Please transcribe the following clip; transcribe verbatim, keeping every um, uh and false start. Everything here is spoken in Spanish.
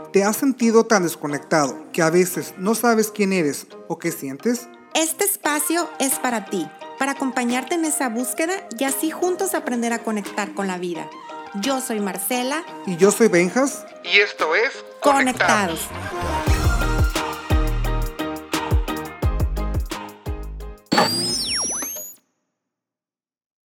¿Te has sentido tan desconectado que a veces no sabes quién eres o qué sientes? Este espacio es para ti, para acompañarte en esa búsqueda y así juntos aprender a conectar con la vida. Yo soy Marcela. Y yo soy Benjas. Y esto es Conectados. Conectados.